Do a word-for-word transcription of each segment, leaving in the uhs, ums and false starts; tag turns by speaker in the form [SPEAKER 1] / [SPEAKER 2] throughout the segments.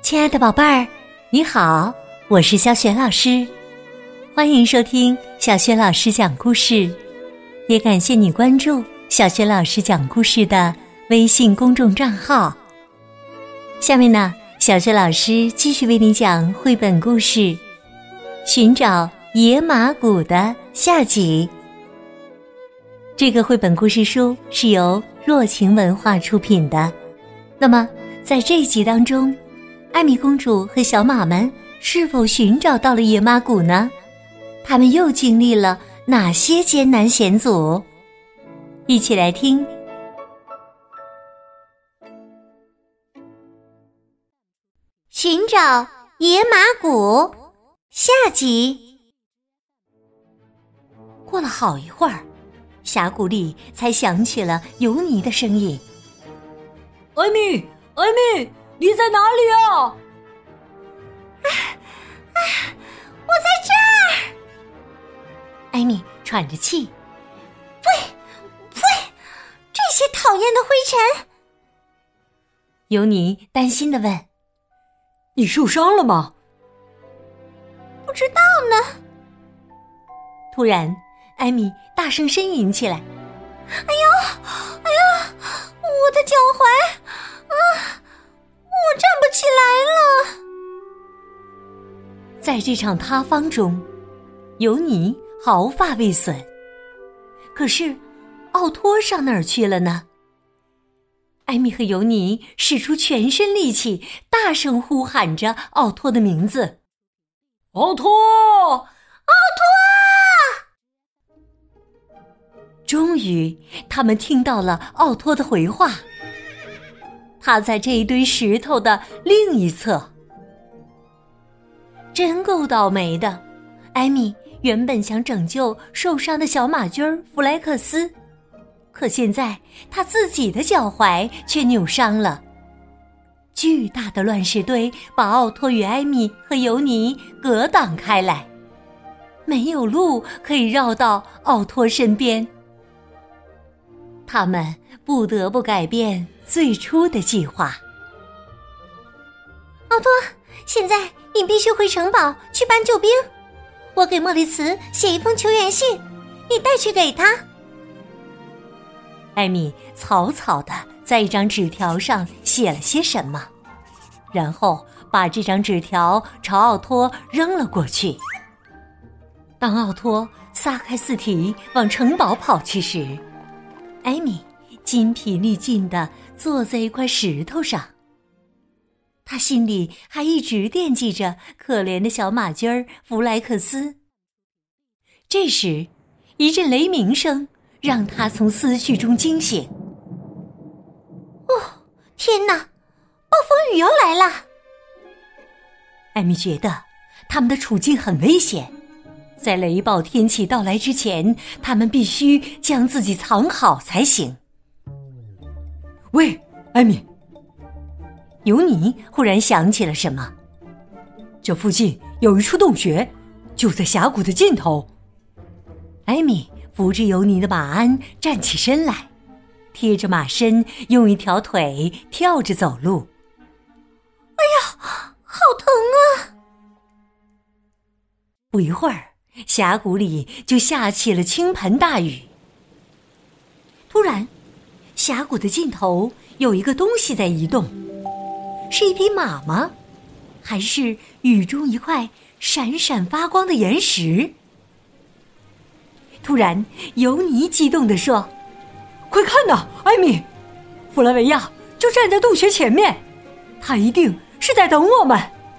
[SPEAKER 1] 亲爱的宝贝儿，你好，我是小雪老师，欢迎收听小雪老师讲故事，也感谢你关注小雪老师讲故事的微信公众账号。下面呢，小雪老师继续为你讲绘本故事《寻找野马谷》的下集。这个绘本故事书是由若晴文化出品的。那么在这一集当中，艾米公主和小马们是否寻找到了野马谷呢？他们又经历了哪些艰难险阻？一起来听。寻找野马谷下集。过了好一会儿，峡谷里才响起了尤尼的声音。
[SPEAKER 2] 艾米，艾米，你在哪里啊？
[SPEAKER 1] 啊啊！我在这儿。艾米喘着气，呸呸！这些讨厌的灰尘。尤尼担心地问：“
[SPEAKER 2] 你受伤了吗？”
[SPEAKER 1] 不知道呢。突然，艾米大声呻吟起来：“哎呦，哎呦，我的脚踝！啊，我站不起来了！”在这场塌方中，尤尼毫发未损，可是奥托上哪儿去了呢？艾米和尤尼使出全身力气，大声呼喊着奥托的名字：“
[SPEAKER 2] 奥托！
[SPEAKER 1] 奥托！”终于，他们听到了奥托的回话。他在这一堆石头的另一侧。真够倒霉的，艾米原本想拯救受伤的小马驹儿弗莱克斯，可现在他自己的脚踝却扭伤了。巨大的乱石堆把奥托与艾米和尤尼隔挡开来，没有路可以绕到奥托身边。他们不得不改变最初的计划。奥托，现在你必须回城堡去搬救兵。我给莫里茨写一封求援信，你带去给他。艾米草草地在一张纸条上写了些什么，然后把这张纸条朝奥托扔了过去。当奥托撒开四蹄往城堡跑去时，艾米筋疲力尽地坐在一块石头上，他心里还一直惦记着可怜的小马驹儿弗莱克斯。这时，一阵雷鸣声让他从思绪中惊醒。哦，天哪！暴风雨要来了！艾米觉得他们的处境很危险，在雷暴天气到来之前，他们必须将自己藏好才行。
[SPEAKER 2] 喂，艾米！
[SPEAKER 1] 尤尼忽然想起了什么。
[SPEAKER 2] 这附近有一处洞穴，就在峡谷的尽头。
[SPEAKER 1] 艾米扶着尤尼的马鞍站起身来，贴着马身，用一条腿跳着走路。哎呀，好疼啊！不一会儿，峡谷里就下起了倾盆大雨。突然，峡谷的尽头有一个东西在移动，是一匹马吗？还是雨中一块闪闪发光的岩石？突然，尤尼激动地说：“
[SPEAKER 2] 快看呐，艾米！弗拉维亚就站在洞穴前面，他一定是在等我们。”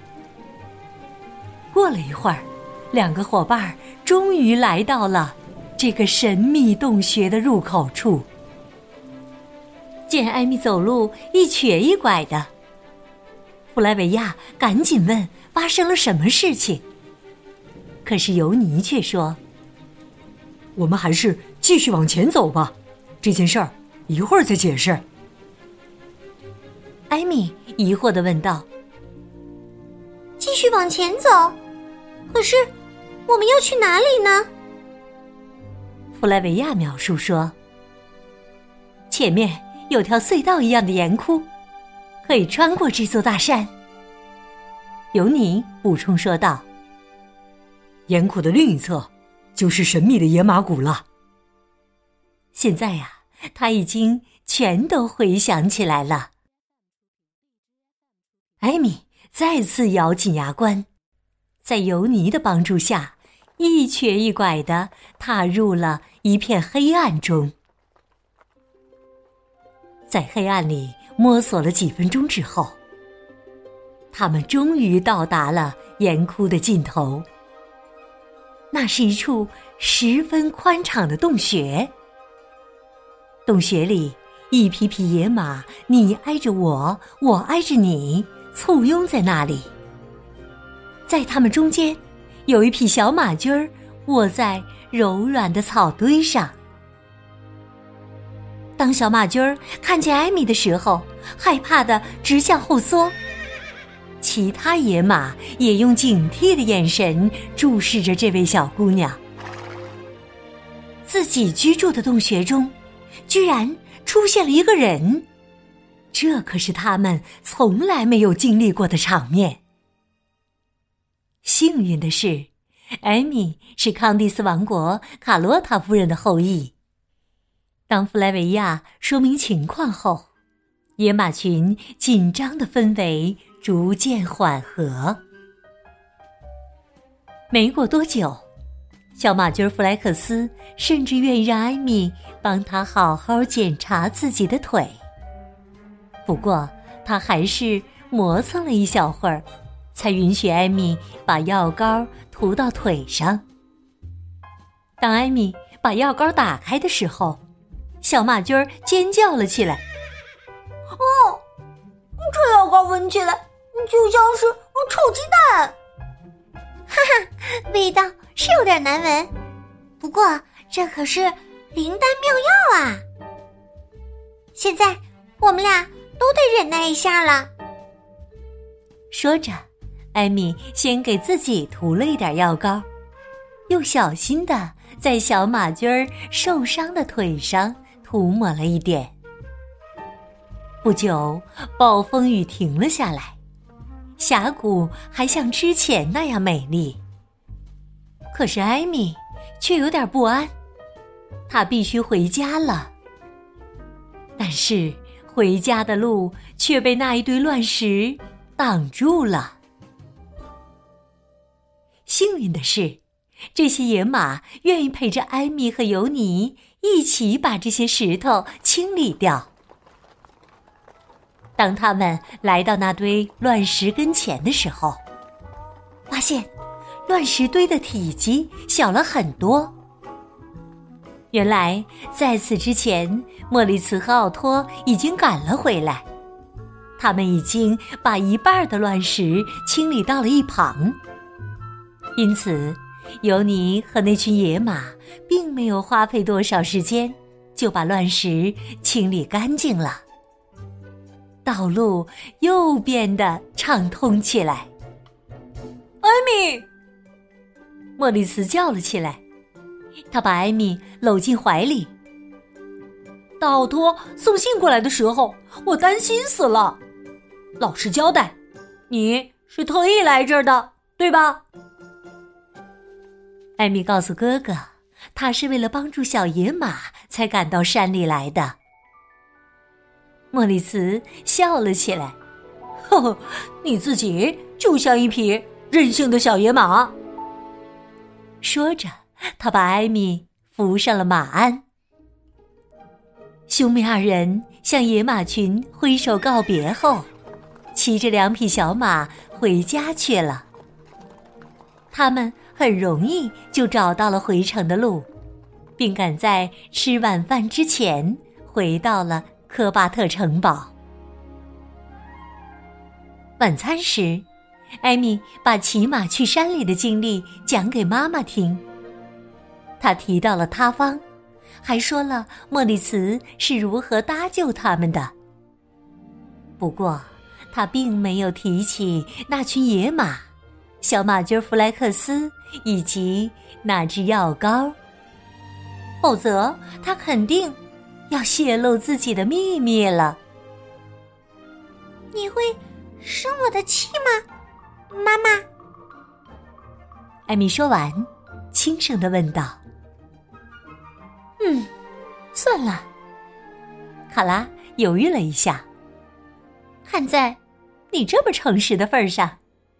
[SPEAKER 1] 过了一会儿，两个伙伴终于来到了这个神秘洞穴的入口处。见艾米走路一瘸一拐的，弗莱维亚赶紧问发生了什么事情。可是尤尼却说：“
[SPEAKER 2] 我们还是继续往前走吧，这件事儿一会儿再解释。”
[SPEAKER 1] 艾米疑惑地问道：“继续往前走？可是我们要去哪里呢？”弗莱维亚描述说：“前面有条隧道一样的岩窟，可以穿过这座大山。 尤尼补充说道。
[SPEAKER 2] 岩谷的另一侧就是神秘的野马谷了。
[SPEAKER 1] 现在呀、啊，他已经全都回想起来了。艾米再次咬紧牙关，在尤尼的帮助下，一瘸一拐地踏入了一片黑暗中。在黑暗里摸索了几分钟之后，他们终于到达了岩窟的尽头。那是一处十分宽敞的洞穴，洞穴里一匹匹野马，你挨着我，我挨着你，簇拥在那里。在它们中间，有一匹小马驹儿卧在柔软的草堆上。当小马驹儿看见艾米的时候，害怕地直向后缩。其他野马也用警惕的眼神注视着这位小姑娘。自己居住的洞穴中，居然出现了一个人，这可是他们从来没有经历过的场面。幸运的是，艾米是康蒂斯王国卡洛塔夫人的后裔。当弗莱维亚说明情况后，野马群紧张的氛围逐渐缓和。没过多久，小马驹弗莱克斯甚至愿意让艾米帮他好好检查自己的腿。不过他还是磨蹭了一小会儿，才允许艾米把药膏涂到腿上。当艾米把药膏打开的时候，小马驹尖叫了起来。
[SPEAKER 3] 哦，这药膏闻起来就像是臭鸡蛋。
[SPEAKER 1] 哈哈，味道是有点难闻，不过这可是灵丹妙药啊！现在我们俩都得忍耐一下了。说着，艾米先给自己涂了一点药膏，又小心地在小马驹儿受伤的腿上涂抹了一点。不久，暴风雨停了下来，峡谷还像之前那样美丽。可是艾米却有点不安，她必须回家了。但是回家的路却被那一堆乱石挡住了。幸运的是，这些野马愿意陪着艾米和尤尼一起把这些石头清理掉。当他们来到那堆乱石跟前的时候，发现乱石堆的体积小了很多。原来在此之前，莫里茨和奥托已经赶了回来，他们已经把一半的乱石清理到了一旁。因此尤尼和那群野马并没有花费多少时间就把乱石清理干净了。道路又变得畅通起来。
[SPEAKER 2] 艾米！
[SPEAKER 1] 莫里茨叫了起来，他把艾米搂进怀里。
[SPEAKER 2] 大奥托送信过来的时候，我担心死了。老实交代，你是特意来这儿的，对吧？
[SPEAKER 1] 艾米告诉哥哥，他是为了帮助小野马才赶到山里来的。莫里茨笑了起来，
[SPEAKER 2] 呵呵，你自己就像一匹任性的小野马。
[SPEAKER 1] 说着，他把艾米扶上了马鞍。兄妹二人向野马群挥手告别后，骑着两匹小马回家去了。他们很容易就找到了回城的路，并赶在吃晚饭之前回到了科巴特城堡。晚餐时，艾米把骑马去山里的经历讲给妈妈听。她提到了塌方，还说了莫里茨是如何搭救他们的。不过她并没有提起那群野马、小马驹弗莱克斯以及那只药膏，否则她肯定要泄露自己的秘密了。
[SPEAKER 3] 你会生我的气吗？ 妈妈。
[SPEAKER 1] 艾米说完，轻声地问道：“嗯，算了。”卡拉犹豫了一下，看在你这么诚实的份上。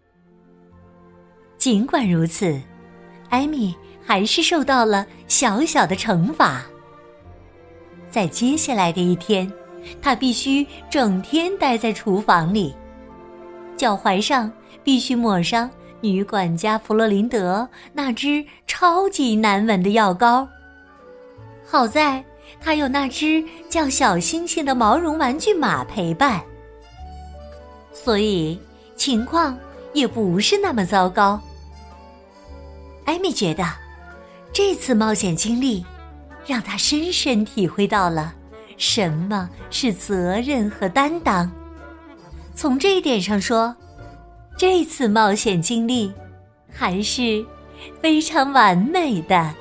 [SPEAKER 1] 尽管如此，艾米还是受到了小小的惩罚。在接下来的一天，她必须整天待在厨房里，脚踝上必须抹上女管家弗洛林德那支超级难闻的药膏。好在她有那只叫小星星的毛绒玩具马陪伴，所以情况也不是那么糟糕。艾米觉得这次冒险经历让她深深体会到了什么是责任和担当。从这一点上说，这次冒险经历还是非常完美的。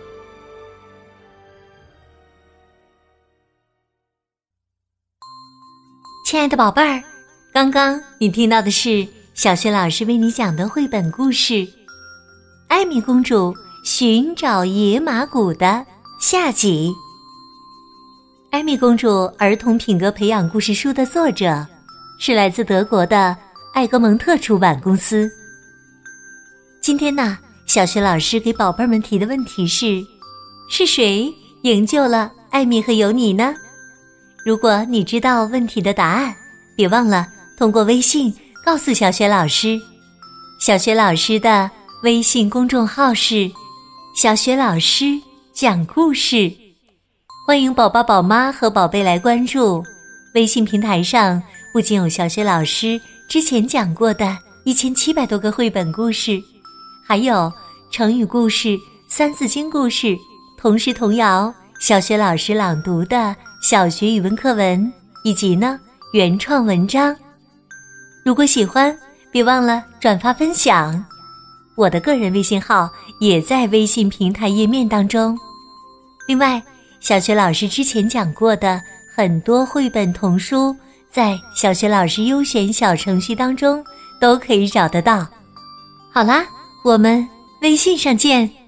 [SPEAKER 1] 亲爱的宝贝儿，刚刚你听到的是小雪老师为你讲的绘本故事《艾米公主寻找野马谷》的下集。艾米公主儿童品格培养故事书的作者是来自德国的艾格蒙特出版公司。今天呢，小雪老师给宝贝们提的问题是：是谁营救了艾米和尤尼呢？如果你知道问题的答案，别忘了通过微信告诉小雪老师。小雪老师的微信公众号是小雪老师讲故事，欢迎宝宝宝妈和宝贝来关注。微信平台上不仅有小雪老师之前讲过的一千七百多个绘本故事，还有成语故事、三字经故事、童诗童谣、小雪老师朗读的小学语文课文，以及呢原创文章。如果喜欢，别忘了转发分享。我的个人微信号也在微信平台页面当中。另外，小雪老师之前讲过的很多绘本童书，在小雪老师优选小程序当中都可以找得到。好啦，我们微信上见。